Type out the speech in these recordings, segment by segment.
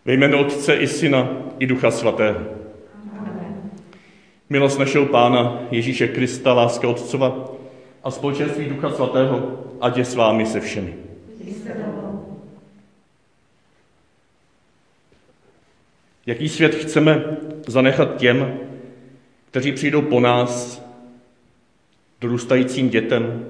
Ve jménu Otce i Syna i Ducha Svatého. Milost našeho Pána Ježíše Krista, láska Otcova a společenství Ducha Svatého, ať je s vámi se všemi. Jaký svět chceme zanechat těm, kteří přijdou po nás, dorůstajícím dětem?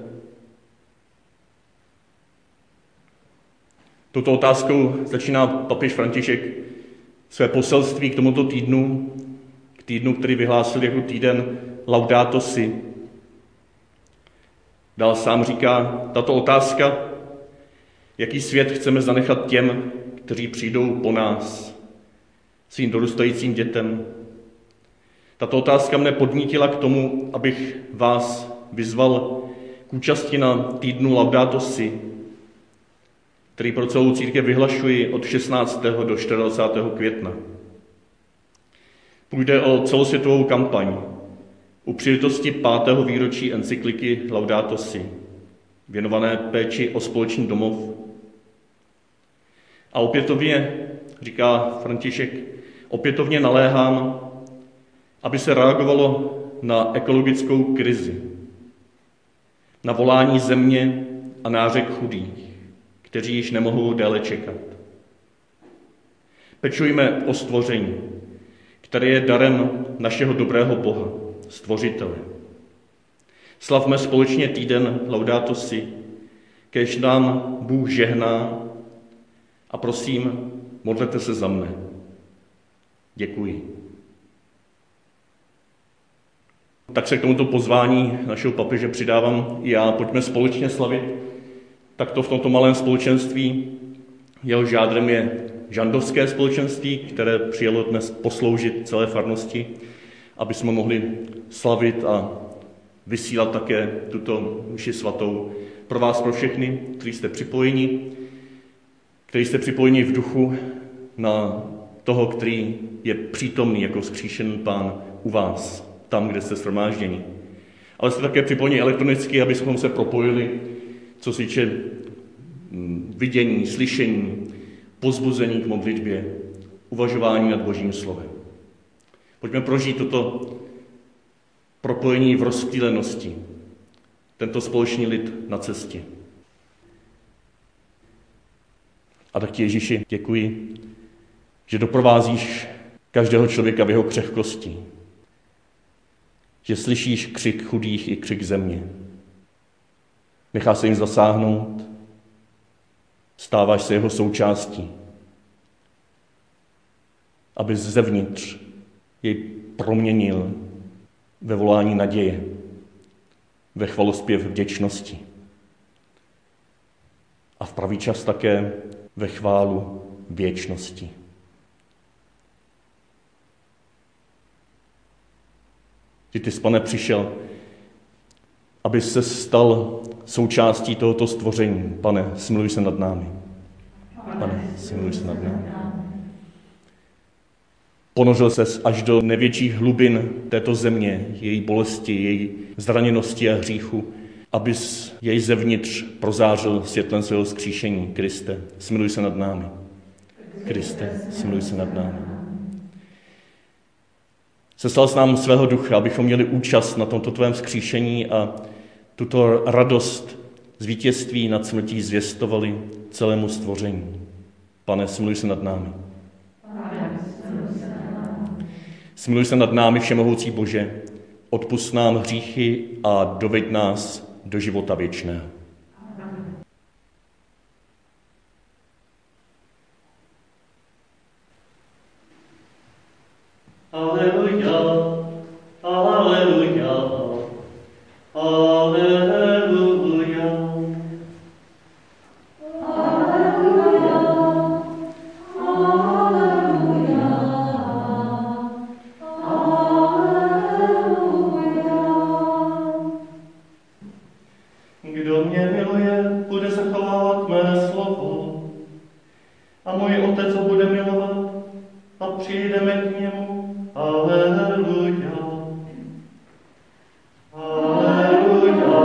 Touto otázkou začíná papež František své poselství k tomuto týdnu, k týdnu, který vyhlásil jako týden Laudato Si. Dál sám říká, tato otázka, jaký svět chceme zanechat těm, kteří přijdou po nás, svým dorůstajícím dětem. Tato otázka mne podnítila k tomu, abych vás vyzval k účasti na týdnu Laudato Si, který pro celou církev vyhlašuji od 16. do 24. května. Půjde o celosvětovou kampaň u příležitosti 5. výročí encykliky Laudato Si, věnované péči o společný domov. A opětovně, říká František, opětovně naléhám, aby se reagovalo na ekologickou krizi, na volání země a nářek chudých, kteří již nemohou déle čekat. Pečujme o stvoření, které je darem našeho dobrého Boha, Stvořitele. Slavme společně týden Laudato Si, kéž nám Bůh žehná a prosím, modlete se za mne. Děkuji. Tak se k tomuto pozvání našeho papeže přidávám i já. Pojďme společně slavit takto v tomto malém společenství. Jeho žádrem je žandovské společenství, které přijelo dnes posloužit celé farnosti, aby jsme mohli slavit a vysílat také tuto mši svatou pro vás, pro všechny, kteří jste připojeni v duchu na toho, který je přítomný jako vzkříšený Pán u vás, tam, kde jste shromážděni. Ale jste také připojeni elektronicky, abychom se propojili, co se týče vidění, slyšení, pozbuzení k modlitbě, uvažování nad Božím slovem. Pojďme prožít toto propojení v rozptýlenosti, tento společný lid na cestě. A tak ti, Ježíši, děkuji, že doprovázíš každého člověka v jeho křehkosti, že slyšíš křik chudých i křik země. Nechá se jim zasáhnout, stáváš se jeho součástí, aby zevnitř jej proměnil ve volání naděje, ve chvalospěv vděčnosti a v pravý čas také ve chválu věčnosti. Že ty, Pane, přišel, aby se stal součástí tohoto stvoření. Pane, smiluj se nad námi. Pane, smiluj se nad námi. Ponořil ses až do největších hlubin této země, její bolesti, její zraněnosti a hříchu, abys jej zevnitř prozářil světlem svého vzkříšení. Kriste, smiluj se nad námi. Kriste, smiluj se nad námi. Seslal s nám svého ducha, abychom měli účast na tomto tvém vzkříšení a tuto radost z vítězství nad smrtí zvěstovali celému stvoření. Pane, smiluj se nad námi. Smiluj se nad námi, všemohoucí Bože, odpusť nám hříchy a doveď nás do života věčného. Aleluja, aleluja, aleluja. Kdo mě miluje, bude zachovávat mé slovo. A můj Otec ho bude milovat a přijdeme k němu. Aleluja. Aleluja.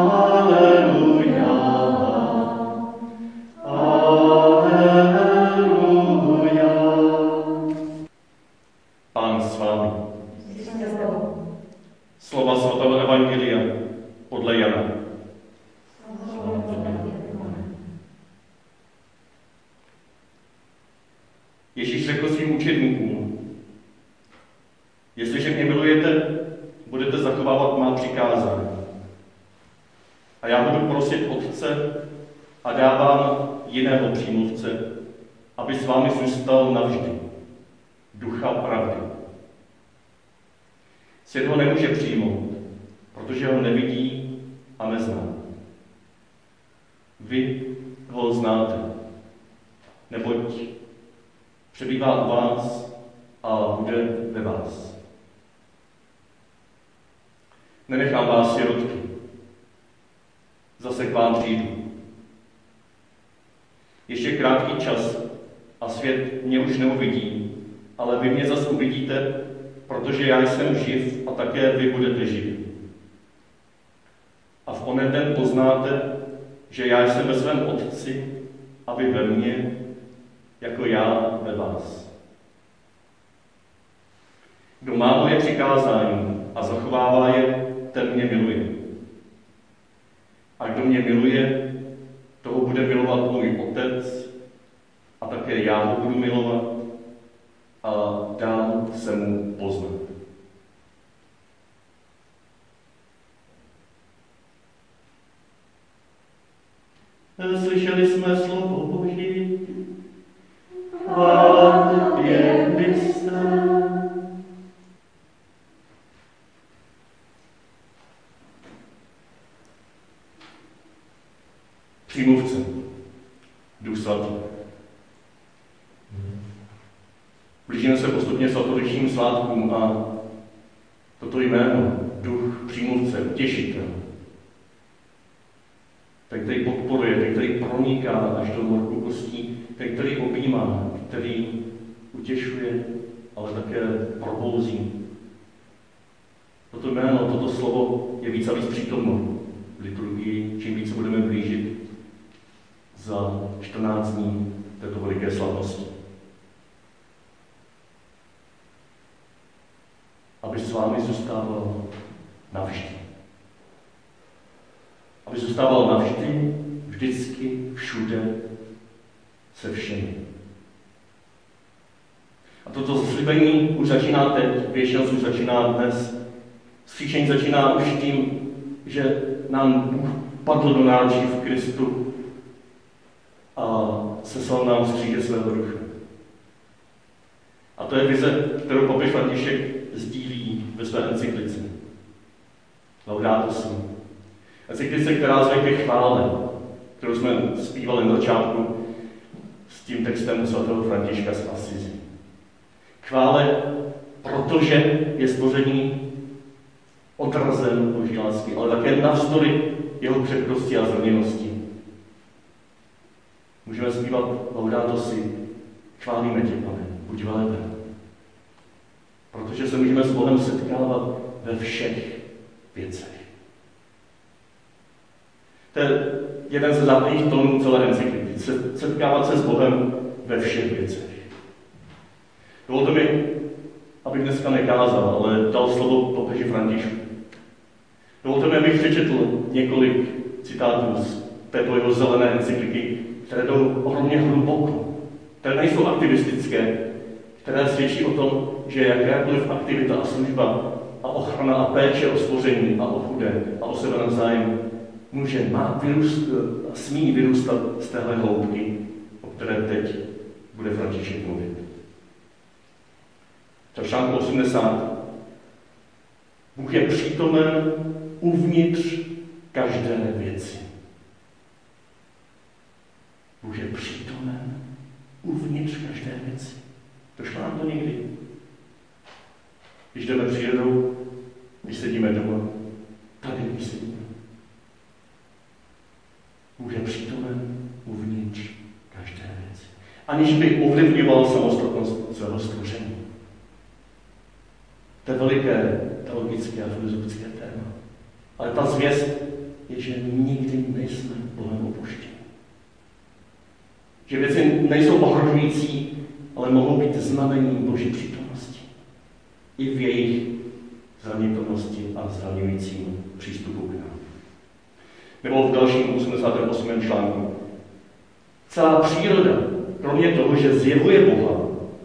Aleluja. Aleluja. Ježíš řekl svým učedníkům: jestliže mě milujete, budete zachovávat má přikázání. A já budu prosit Otce a dávám jiného přímluvce, aby s vámi zůstal navždy, Ducha pravdy. Svět ho nemůže přijmout, protože ho nevidí a nezná. Vy ho znáte, neboť přebývá u vás a bude ve vás. Nenechám vás sirotky, zase k vám přijdu. Ještě krátký čas a svět mě už neuvidí, ale vy mě zase uvidíte, protože já jsem živ a také vy budete živi. A v onen den poznáte, že já jsem ve svém Otci a vy ve mně, jako já ve vás. Kdo má moje přikázání a zachovává je, ten mě miluje. A kdo mě miluje, toho bude milovat můj Otec a také já ho budu milovat a dám se mu poznat. Slyšeli jsme slovo Boží, chvála tobě, Kriste. Přímluvce, Duch Svatý. Blížíme se postupně svatoličním svátkům a toto jméno, Duch Přímluvce, Utěšitel, ten, který podporuje, ten, který proniká až do morku kostí, ten, který objímá, který utěšuje, ale také probouzí. Toto jméno, toto slovo je víc a víc přítomno v liturgii, čím více budeme blížit za 14 dní této veliké slavnosti. Aby s vámi zůstával navždy. Aby zůstával navždy, vždycky, všude, se všemi. A toto zaslíbení už začíná teď, věčnost už začíná dnes. Vzkříšení začíná už tím, že nám Bůh padl do náručí v Kristu a seslal nám z kříže svého ducha. A to je vize, kterou papež František sdílí ve své encyklice Laudato Si. Encyklice, která zve ke chvále, kterou jsme zpívali na začátku s tím textem svatého Františka z Asizi. Chvále, protože je stvoření odrazem Boží lásky, ale také navzdory jeho křehkosti a zraněnosti. Můžeme zpívat Laudato Si, chválíme tě, Pane, buď veleben. Protože se můžeme s Bohem setkávat ve všech věcech. To je jeden ze základních tónů celé encykliky. Setkávat se s Bohem ve všech věcech. Dovolte mi, abych dneska nekázal, ale dal slovo papeži Františku. Dovolte mi, abych přečetl několik citátů z této jeho zelené encykliky, které jdou ohromně hluboko, které nejsou aktivistické, které svědčí o tom, že jakákoliv aktivita a služba a ochrana a péče o stvoření a o chudé a o sebe navzájem může, smí vyrůstat z téhle hloubky, o které teď bude František mluvit. V článku 80. Bůh je přítomen uvnitř každé věci. Bůh je přítomen uvnitř každé věci. Došlo nám to někdy? Když jdeme přírodou, když sedíme doma, tady když sedíme. Bůh je přítomen uvnitř každé věci. Aniž by ovlivňoval samostatnost svého stvoření. To je veliké teologické a filozofické téma. Ale ta zvěst je, že nikdy nejsme Bohem opuštěni. Že věci nejsou ohrožující, ale mohou být znamením Boží přítomnosti. I v jejich zranitelnosti a zraňujícím přístupu k nám. Nebo v dalším 88. článku. Celá příroda, kromě toho, že zjevuje Boha,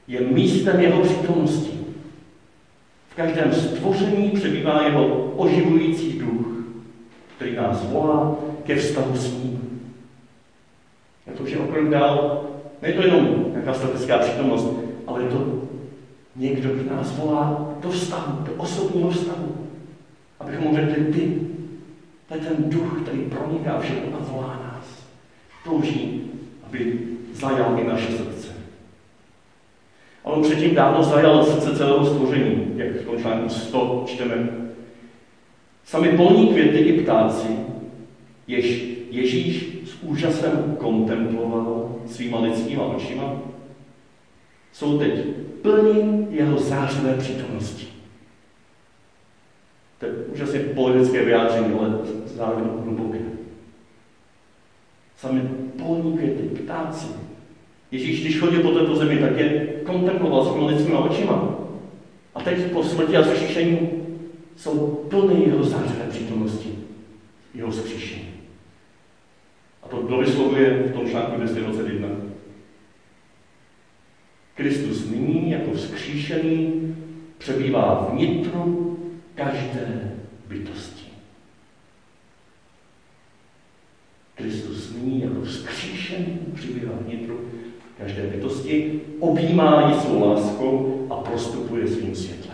je místem jeho přítomnosti. V každém stvoření přebývá jeho oživující duch, který nás volá ke vztahu s ním. A to už je o krok dál. Není to jenom nějaká statická přítomnost, ale je to někdo, kdo nás volá do vztahu, do osobního vztahu. Abychom mu řekli, to je ten duch, který proniká všechno a volá nás. Touží, aby zajal i naše srdce. A on předtím dávno zajal srdce celého stvoření, jak v tom článku 100 čteme. Sami polní květy i ptáci, jež Ježíš s úžasem kontemploval svýma lidskýma očima, jsou teď plní jeho zářivé přítomnosti. To je úžasně politické vyjádření, ale zároveň hluboké. Sami polní květy, ptáci. Ježíš, když chodil po této zemi, tak je kontemploval svými lidskýma očima. A teď po smrti a vzkříšení jsou plný jeho zářivé přítomnosti, jeho vzkříšení. A to dovyslovuje v tom článku 221. Kristus nyní jako vzkříšený přebývá vnitru každé bytosti. Kristus nyní jako vzkříšený přibývá vnitru každé bytosti, objímá ji svou láskou a prostupuje svým světlem.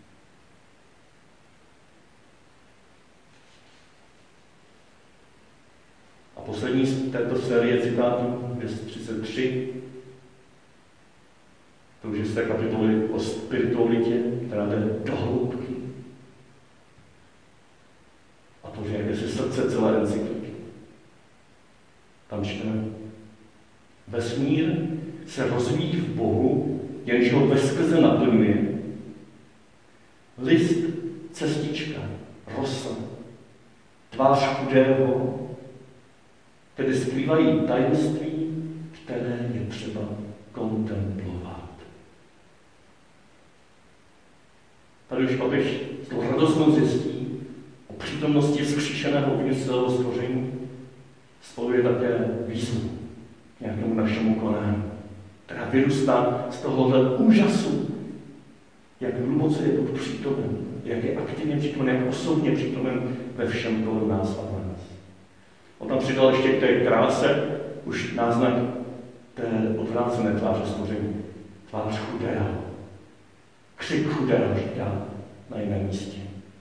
A poslední z této série citátů, 233, to už je z té kapitoly o spiritualitě, která jde do hloubky. A to je jakési srdce celé encykliky. Tam čteme: vesmír se rozvíjí v Bohu, jenž ho veskrze naplňuje. List, cestička, rosa, tvář chudého, tedy skrývají tajemství, které je třeba kontemplovat. Tady už papež s tou radostnou zjistí o přítomnosti vzkříšeného uvnitř celého stvoření, spojuje také výzvu k nějakému našemu konání, která vyrůstá z tohohle úžasu, jak hluboce je Bůh přítomen, jak je aktivně přítomen, jak osobně přítomen ve všem kolem nás a v nás. On tam přidal ještě k té kráse už náznak té odvrácené tváře stvoření. Tvář chudého. Křik chudého, říká na jiném místě.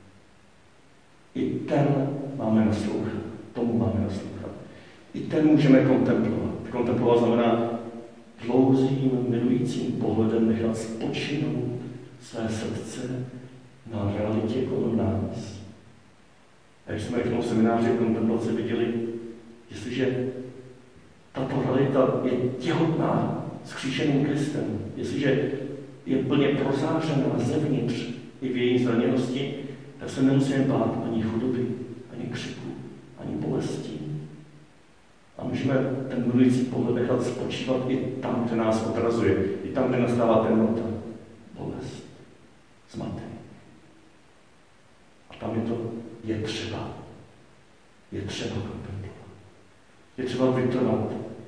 I ten máme naslouchat. Tomu máme naslouchat. I ten můžeme kontemplovat. Kontemplovat znamená dlouzím, milujícím pohledem nechat spočinout své srdce na realitě kolem nás. A jak jsme v tom semináři kontemplace viděli, jestliže tato realita je těhotná vzkříšeným Kristem, jestliže je plně prozářená zevnitř i v její zraněnosti, tak se nemusíme bát ani chudoby, ani křiku, ani bolesti. A můžeme ten milující pohled nechat spočívat i tam, kde nás odrazuje, i tam, kde nastává temnota, bolest, zmatek. A tam je třeba kontemplovat. Je třeba vytrvat,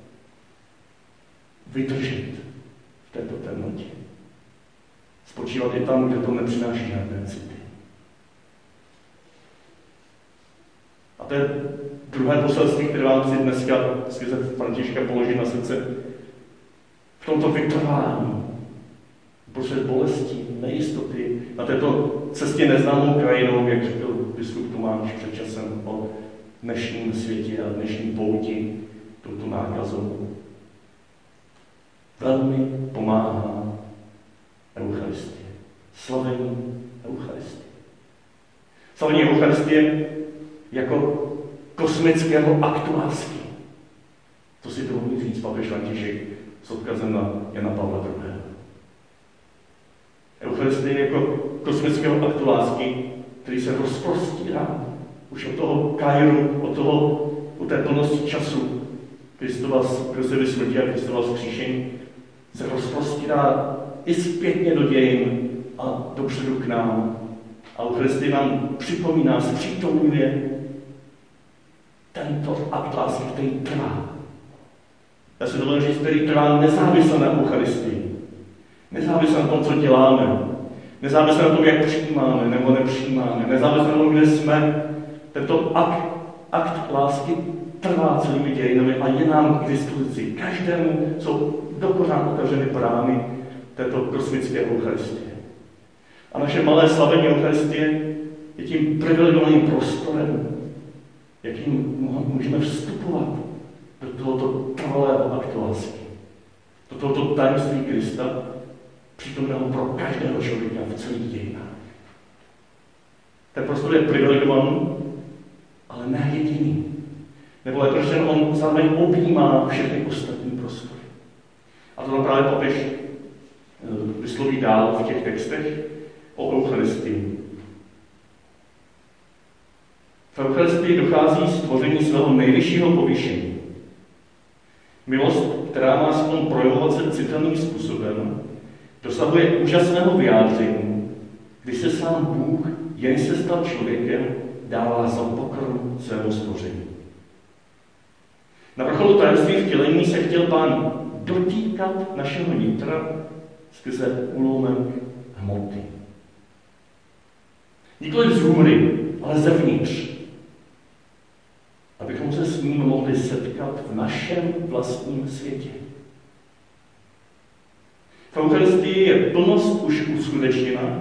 vydržet v této temnotě. Spočívat i tam, kde to nepřináší žádné city. A to je druhé poselství, které vám chci dneska skrze Františka položit na srdce. V tomto vytrvání, uprostřed bolesti, nejistoty, na této cestě neznámou krajinou, jak řekl biskup Tomáš před časem o dnešním světě a dnešní pouti touto nákazou. Velmi pomáhá Eucharistie. Slavení Eucharistie. Slavení Eucharistie jako kosmického aktu lásky. To si dovolí říct papež František s odkazem na Jana Pavla II. Eucharistie jako kosmického aktu lásky, který se rozprostírá už od toho Kairu, od té plnosti času Kristovy smrti a Kristova vzkříšení, se rozprostírá i zpětně do dějin a dopředu k nám. A Eucharistie nám připomíná, zpřítomňuje tento akt lásky, který trvá. Já si dovolím říct, který trvá nezávisle na Eucharistii. Nezávisle na tom, co děláme, nezávisle na tom, jak přijímáme nebo nepřijímáme, nezávisle na tom, kde jsme, tento akt lásky trvá celými dějinami a je nám k dispozici. Každému jsou dokonale otevřeny brány této kosmické Eucharistie. A naše malé slavení Eucharistie je tím privilegovaným prostorem, jakým můžeme vstupovat do tohoto trvalého aktu lásky, do tohoto tajemství Krista, přítomného pro každého člověka v celých dějinách. Ten prostor je privilegovaný, ale ne jediný. Nebo lepší, on zároveň objímá všechny ostatní prostory. A to právě papež vysloví dál v těch textech o Eucharistii. V Eucharistii dochází stvoření svého nejvyššího povýšení. Milost, která má schopnost projevovat se citelným způsobem, dosahuje úžasného vyjádření, když se sám Bůh, jen se stal člověkem, dává za pokrm svému stvoření. Na vrcholu tajemství vtělení se chtěl Pán dotýkat našeho nitra skrze úlomek hmoty. Nikoliv z hůry, ale zevnitř. Abychom se s ním mohli setkat v našem vlastním světě. V Eucharistii je plnost už uskutečněna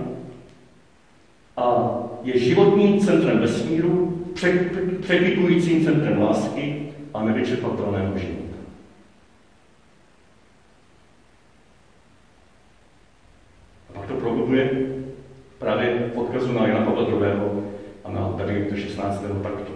a je životním centrem vesmíru, překvikujícím centrem lásky a nevyčerpatelného života. A pak to prohlubuje právě v odkazu na Jana Pavla II. A na Benedikta 16. takto.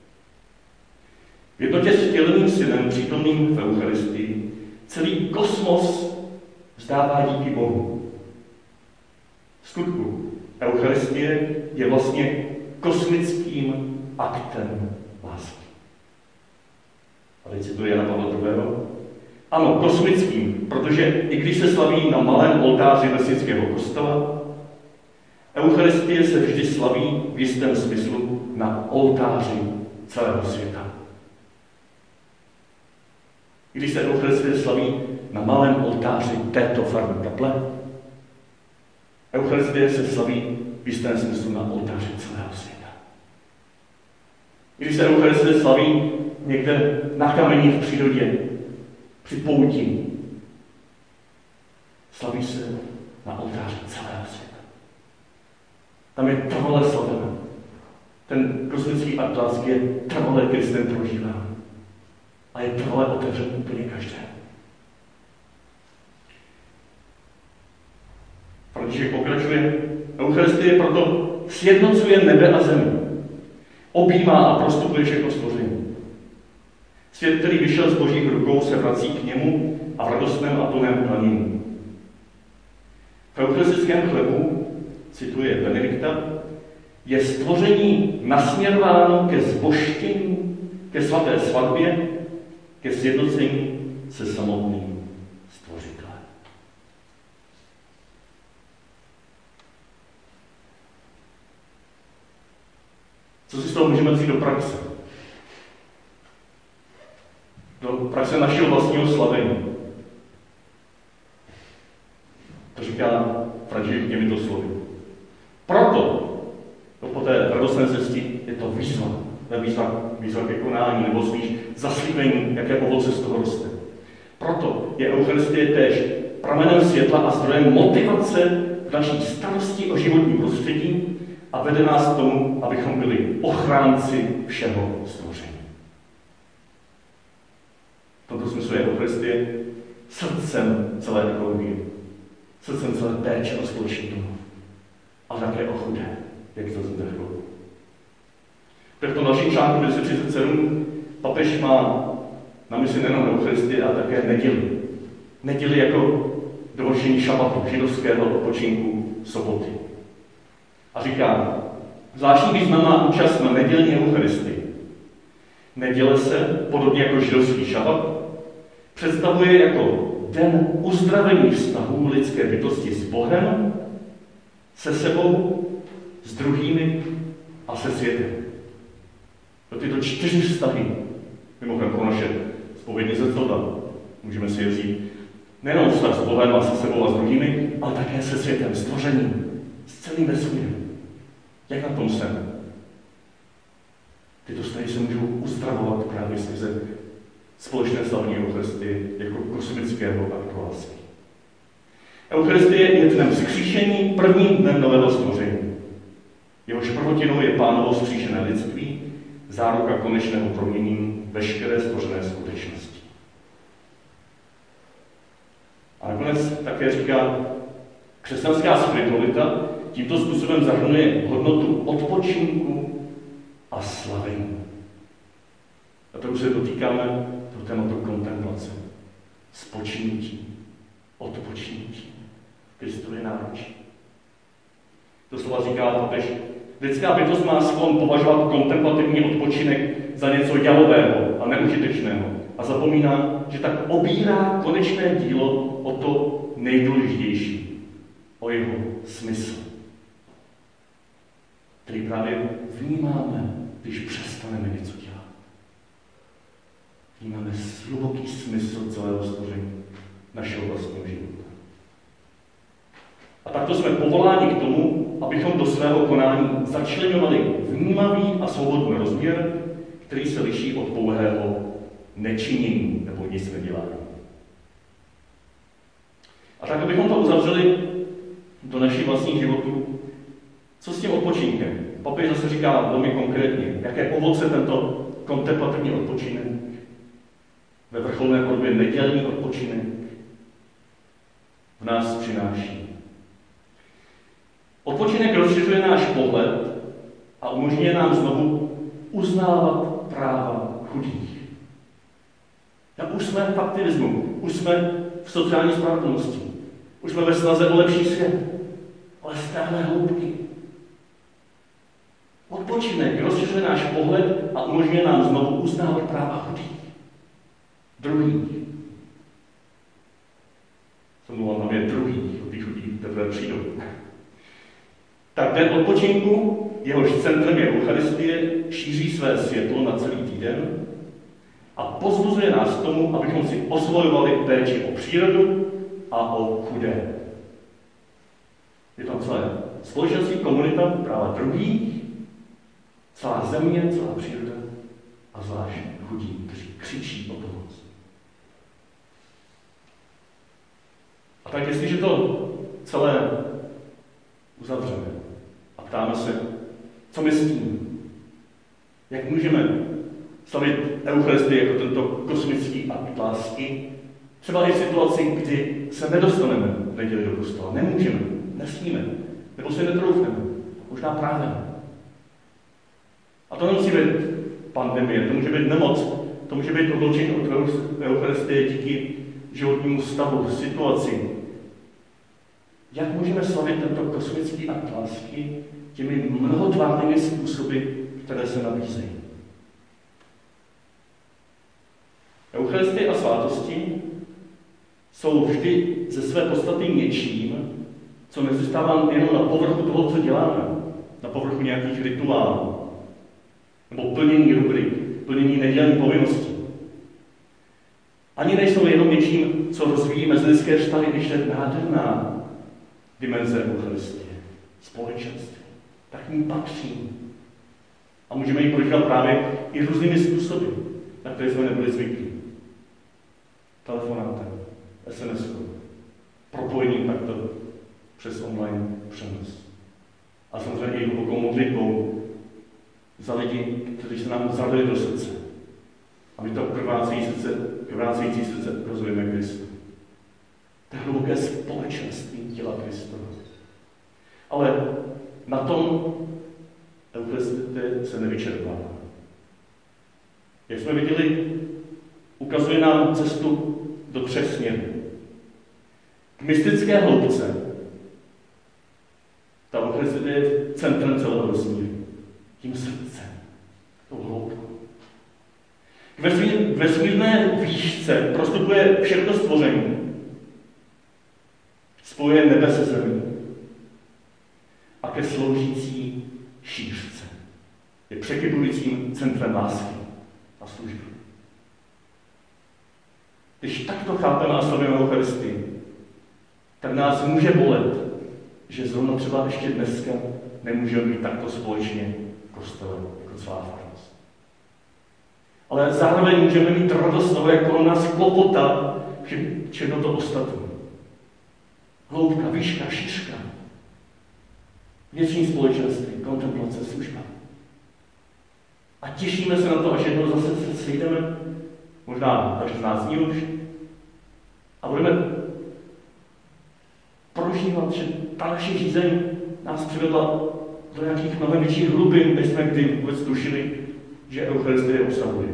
V jednotě s vtěleným synem přítomným v Eucharistii celý kosmos vzdává díky Bohu. V skutku Eucharistie je vlastně kosmickým aktem lásky. A teď cituji Jana Pavla II. Ano, kosmickým, protože i když se slaví na malém oltáři vesnického kostela, Eucharistie se vždy slaví v jistém smyslu na oltáři celého světa. Když se Eucharistie slaví na malém oltáři této farní kaple, Eucharistie se slaví v jistém smyslu na oltáři celého světa. Když se Eucharistie slaví někde na kameni v přírodě, při pouti, slaví se na oltáři celého světa. Tam je trvale slavena. Ten kosmický akt lásky je trvale Kristem prožíván. A je trvale otevřen úplně každému. František pokračuje, Eucharistie proto sjednocuje nebe a zemi. Objímá a prostupuje všechno stvoření. Svět, který vyšel z Božích rukou, se vrací k němu a v radostném a plném klanění. V eucharistickém chlebu, cituje Benedikta, je stvoření nasměrováno ke zbožštění, ke svaté svatbě, ke sjednocení se samotným stvořitelem. Co si z toho můžeme vzít do praxe? Do praxe našeho vlastního slavení. To říká František těmito slovy. Proto, po té radostné cestí, je to výzva. Výzva ke konání, nebo spíš zaslíbení, jaké ovoce z toho roste. Proto je Eucharistie též pramenem světla a zdrojem motivace v naší starosti o životní prostředí a vede nás k tomu, abychom byli ochránci všeho stvoření. V tomto smyslu je Eucharistie srdcem celé ekologie, srdcem celé péče o společný domov, a také o chudé, jak to zde chvilku. V tom dalším článku 237 papež má na mysli nejen Eucharistie, ale také neděli. Neděli jako dovršení šabatu, židovského odpočinku soboty. A říká, zvláštní význam má účast na nedělní Eucharistii. Neděle se, podobně jako židovský šabat, představuje jako den uzdravení vztahů lidské bytosti s Bohem, se sebou, s druhými a se světem. Do tyto 4 vztahy, mimochodem pro naše zpovědní zrcadla, můžeme si je vzít Nejenom vztah s Bohem a se sebou a s druhými, ale také se světem, stvořením, s celým vesmírem. Jak na tom jsem? Tyto vztahy se můžou uzdravovat právě skrze společné slavní Eucharistie jako kosmického aktu lásky. Eucharistie je dnem vzkříšení, prvním dnem nového stvoření. Jehož prvotinou je Pánovo vzkříšené lidství, záruka konečného proměnění veškeré stvořené skutečnosti. A nakonec také říká, křesťanská spiritualita tímto způsobem zahrnuje hodnotu odpočinku a slavení. A to už se dotýkáme do tématu kontemplace, spočinutí, odpočinutí, Kristově náručí. To slova říká papež. Lidská bytost má sklon považovat kontemplativní odpočinek za něco jalového a neužitečného a zapomíná, že tak obírá konečné dílo o to nejdůležitější, o jeho smysl, který právě vnímáme, když přestaneme něco dělat. Vnímáme hluboký smysl celého stvoření našeho vlastního života. A takto jsme povoláni k tomu, abychom do svého konání začleňovali vnímavý a svobodný rozměr, který se liší od pouhého nečinění nebo nic nedělání. A tak, abychom to uzavřeli do našich vlastních životů, co s tím odpočinkem? Papež zase říká velmi konkrétně, jaké ovoce tento kontemplativní odpočinek, ve vrcholné podobě nedělní odpočinek, v nás přináší. Odpočinek rozšiřuje náš pohled a umožňuje nám znovu uznávat práva chudých. Tak už jsme v aktivismu, už jsme v sociální spravedlnosti, už jsme ve snaze o lepší svět, ale z téhle hloubky. Odpočinek rozšiřuje náš pohled a umožňuje nám znovu uznávat práva chudých, druhých. Co mluvám, tam je druhých, ty chudí teprve přijdou. Tak den odpočinku, jehož centrem je Eucharistie, šíří své světlo na celý týden a povzbuzuje nás k tomu, abychom si osvojovali péči o přírodu a o chudé. Je tam celé společenství, komunita, práva druhých, celá země, celá příroda a zvlášť chudí, kteří křičí o pomoc. A tak jestliže to celé uzavřeme a ptáme se, co my s tím, jak můžeme slavit Eucharistii jako tento kosmický akt lásky, třeba i v situaci, kdy se nedostaneme v neděli do kostela, nemůžeme, nesmíme, nebo se netroufneme, možná právě. A to nemusí být pandemie, to může být nemoc, to může být odloučení od Eucharistie díky životnímu stavu, situaci. Jak můžeme slavit tento kosmický akt lásky těmi mnohotvárnými způsoby, které se nabízejí? Eucharistie a svátosti jsou vždy ze své podstaty něčím, co nezůstává jenom na povrchu toho, co děláme, na povrchu nějakých rituálů, nebo plnění rubrik, plnění nedělní povinností. Ani nejsou jenom něčím, co rozvíjí mezilidské vztahy, když je nádherná dimenze Eucharistie, společenství. Tak ní patří. A můžeme ji prožívat právě i různými způsoby, na které jsme nebyli zvyklí. Telefonátem, SMS-kou, propojením takto přes online přenos. A samozřejmě i hlubokou modlitbou za lidi, kteří se nám zavili do srdce. A my to krvácející srdce rozumíme Kristu. To je hluboké společenství těla Kristova. Ale na tom Eucharistie se nevyčerpá. Jak jsme viděli, ukazuje nám cestu do 3 směrů. K mystické hloubce, ta Eucharistie je centrem celého vesmíru, tím srdcem, tou hloubkou. K vesmírné výšce prostupuje všechno stvoření, spojuje nebe se zemí a ke sloužící šířce. Je překypujícím centrem lásky a služby. Když takto chápeme a slavíme Eucharistii, tak nás může bolet, že zrovna třeba ještě dneska nemůžeme být takto společně v kostele jako celá farnost. Ale zároveň můžeme mít radost z toho, jak kolem nás klopotá všechno to ostatní. Hloubka, výška, šířka, vnitřní společenství, kontemplace, služba. A těšíme se na to, až jednou zase se sejdeme, možná tak 16 dní už, a budeme prožívat, že ta naše žízeň nás přivedla do nějakých mnohem větších hlubin, než jsme kdy vůbec tušili, že Eucharistie obsahuje.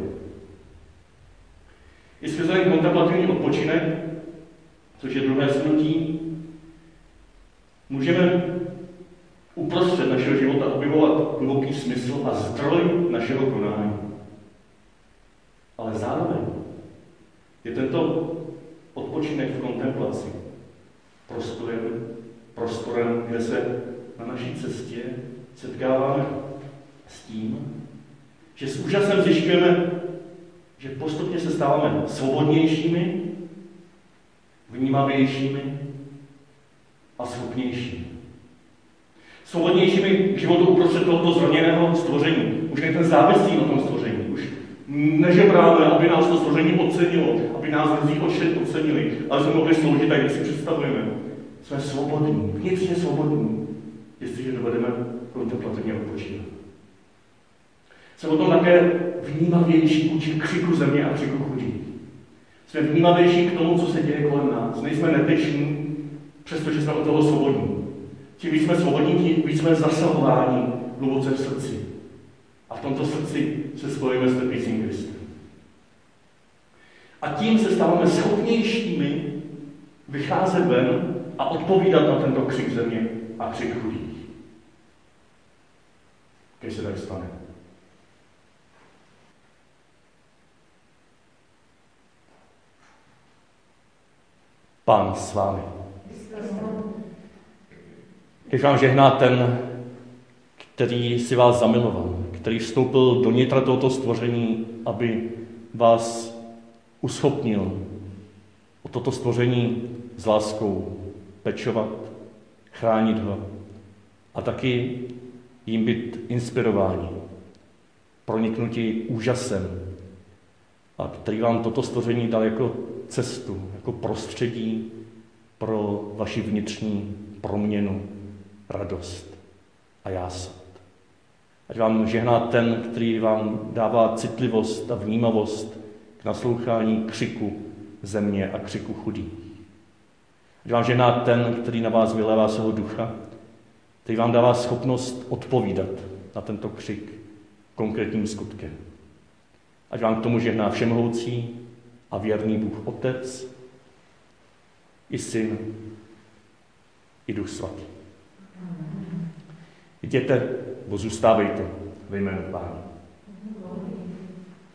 I skrze ten kontemplativní odpočinek, což je druhé shnutí, můžeme uprostřed našeho života objevovat hluboký smysl a zdroj našeho konání. Ale zároveň je tento odpočinek v kontemplaci prostorem, kde se na naší cestě setkáváme s tím, že s úžasem zjišťujeme, že postupně se stáváme svobodnějšími, vnímavějšími a schopnějšími. Svobodnějšími k životu uprostřed tohoto zraněného stvoření. Už nejsme závislí na tom stvoření. Už nežebráme, aby nás to stvoření ocenilo, aby nás lidi ocenili, ale jsme mohli sloužit tak, jak si představujeme. Jsme svobodní, vnitřně svobodní, jestliže dovedeme kontemplativně odpočívat. Jsme potom také vnímavější vůči křiku země a křiku chudých. Jsme vnímavější k tomu, co se děje kolem nás. Nejsme neteční, přestože jsme od toho svobodní. Tím víc jsme svobodní, tím víc jsme zasahováni hluboce v srdci. A v tomto srdci se spojíme s trpícím Kristem. A tím se stáváme schopnějšími vycházet ven a odpovídat na tento křik země a křik chudých. Když se tak stane. Pán s vámi. Když vám žehná ten, který si vás zamiloval, který vstoupil do nitra tohoto stvoření, aby vás uschopnil o toto stvoření s láskou pečovat, chránit ho a taky jim být inspirováni, proniknutí úžasem, a který vám toto stvoření dal jako cestu, jako prostředí pro vaši vnitřní proměnu, radost a jásat. Ať vám žehná ten, který vám dává citlivost a vnímavost k naslouchání křiku země a křiku chudých. Ať vám žehná ten, který na vás vylévá svého ducha, který vám dává schopnost odpovídat na tento křik konkrétním skutkem. Ať vám k tomu žehná všemohoucí a věrný Bůh Otec, i Syn, i Duch Svatý. Jděte, bo zůstávejte ve jménu Páně.